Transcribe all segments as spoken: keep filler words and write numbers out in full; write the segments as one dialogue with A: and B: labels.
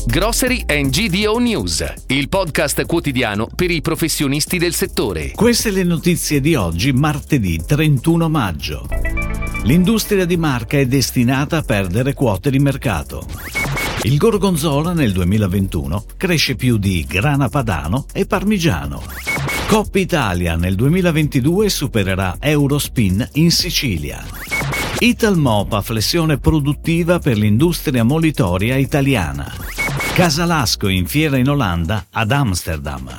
A: Grocery and G D O News, il podcast quotidiano per i professionisti del settore.
B: Queste le notizie di oggi, martedì trentuno maggio. L'industria di Marca è destinata a perdere quote di mercato. Il gorgonzola nel duemilaventuno cresce più di grana padano e parmigiano. Coppa Italia nel duemilaventidue supererà Eurospin in Sicilia. Italmopa flessione produttiva per l'industria molitoria italiana. Casalasco in fiera in Olanda ad Amsterdam.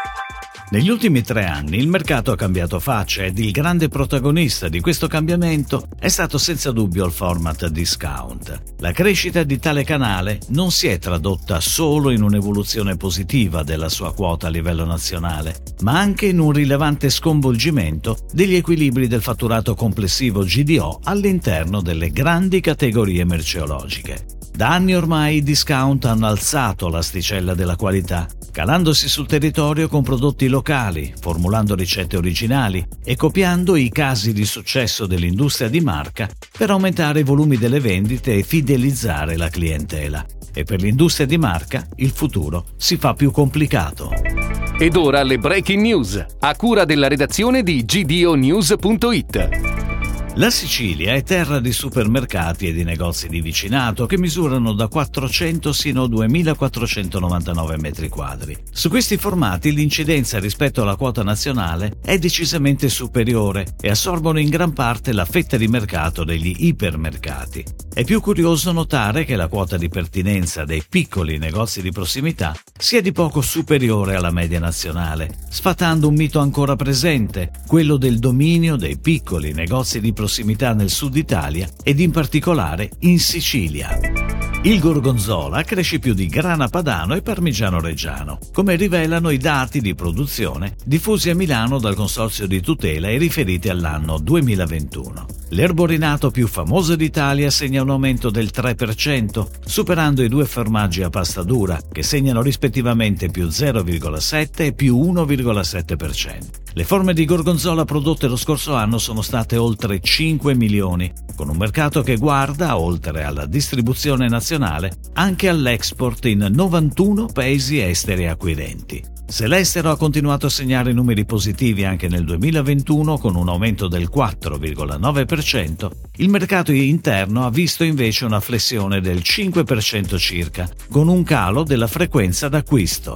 B: Negli ultimi tre anni il mercato ha cambiato faccia ed il grande protagonista di questo cambiamento è stato senza dubbio il format discount. La crescita di tale canale non si è tradotta solo in un'evoluzione positiva della sua quota a livello nazionale, ma anche in un rilevante sconvolgimento degli equilibri del fatturato complessivo G D O all'interno delle grandi categorie merceologiche. Da anni ormai i discount hanno alzato l'asticella della qualità, calandosi sul territorio con prodotti locali, formulando ricette originali e copiando i casi di successo dell'industria di Marca per aumentare i volumi delle vendite e fidelizzare la clientela. E per l'industria di Marca il futuro si fa più complicato.
A: Ed ora le breaking news, a cura della redazione di G D O news punto it.
B: La Sicilia è terra di supermercati e di negozi di vicinato che misurano da quattrocento sino a duemilaquattrocentonovantanove metri quadri. Su questi formati l'incidenza rispetto alla quota nazionale è decisamente superiore e assorbono in gran parte la fetta di mercato degli ipermercati. È più curioso notare che la quota di pertinenza dei piccoli negozi di prossimità sia di poco superiore alla media nazionale, sfatando un mito ancora presente, quello del dominio dei piccoli negozi di prossimità nel sud Italia ed in particolare in Sicilia. Il gorgonzola cresce più di grana padano e parmigiano reggiano, come rivelano i dati di produzione diffusi a Milano dal Consorzio di Tutela e riferiti all'anno duemilaventuno. L'erborinato più famoso d'Italia segna un aumento del tre per cento, superando i due formaggi a pasta dura, che segnano rispettivamente più zero virgola sette e più uno virgola sette per cento. Le forme di gorgonzola prodotte lo scorso anno sono state oltre cinque milioni, con un mercato che guarda, oltre alla distribuzione nazionale, anche all'export in novantuno paesi esteri acquirenti. Se l'estero ha continuato a segnare numeri positivi anche nel duemilaventuno con un aumento del quattro virgola nove per cento, il mercato interno ha visto invece una flessione del cinque per cento circa, con un calo della frequenza d'acquisto.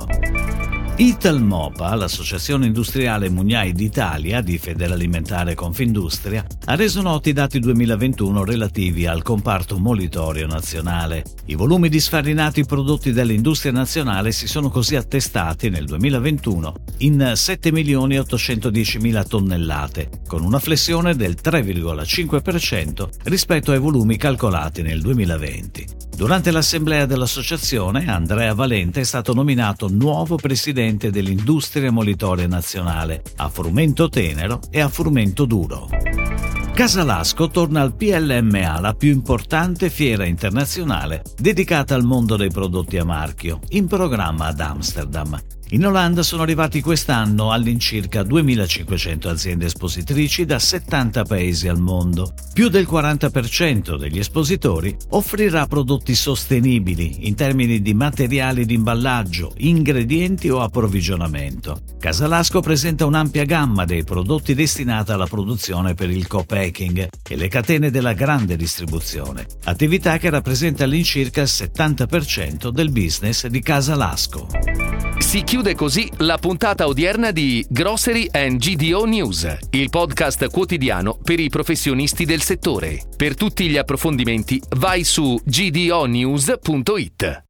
B: Italmopa, l'associazione industriale Mugnai d'Italia di Federalimentare Confindustria, ha reso noti i dati duemilaventuno relativi al comparto molitorio nazionale. I volumi di sfarinati prodotti dall'industria nazionale si sono così attestati nel duemilaventuno in sette milioni ottocentodiecimila tonnellate, con una flessione del tre virgola cinque per cento rispetto ai volumi calcolati nel duemilaventi. Durante l'assemblea dell'associazione, Andrea Valente è stato nominato nuovo presidente dell'industria molitoria nazionale a Frumento Tenero e a Frumento Duro. Casalasco torna al P L M A, la più importante fiera internazionale dedicata al mondo dei prodotti a marchio, in programma ad Amsterdam. In Olanda sono arrivati quest'anno all'incirca duemilacinquecento aziende espositrici da settanta paesi al mondo. Più del quaranta per cento degli espositori offrirà prodotti sostenibili in termini di materiali di imballaggio, ingredienti o approvvigionamento. Casalasco presenta un'ampia gamma dei prodotti destinata alla produzione per il co-packing e le catene della grande distribuzione, attività che rappresenta all'incirca il settanta per cento del business di Casalasco.
A: Si chiude così la puntata odierna di Grocery and G D O News, il podcast quotidiano per i professionisti del settore. Per tutti gli approfondimenti vai su G D O news punto it.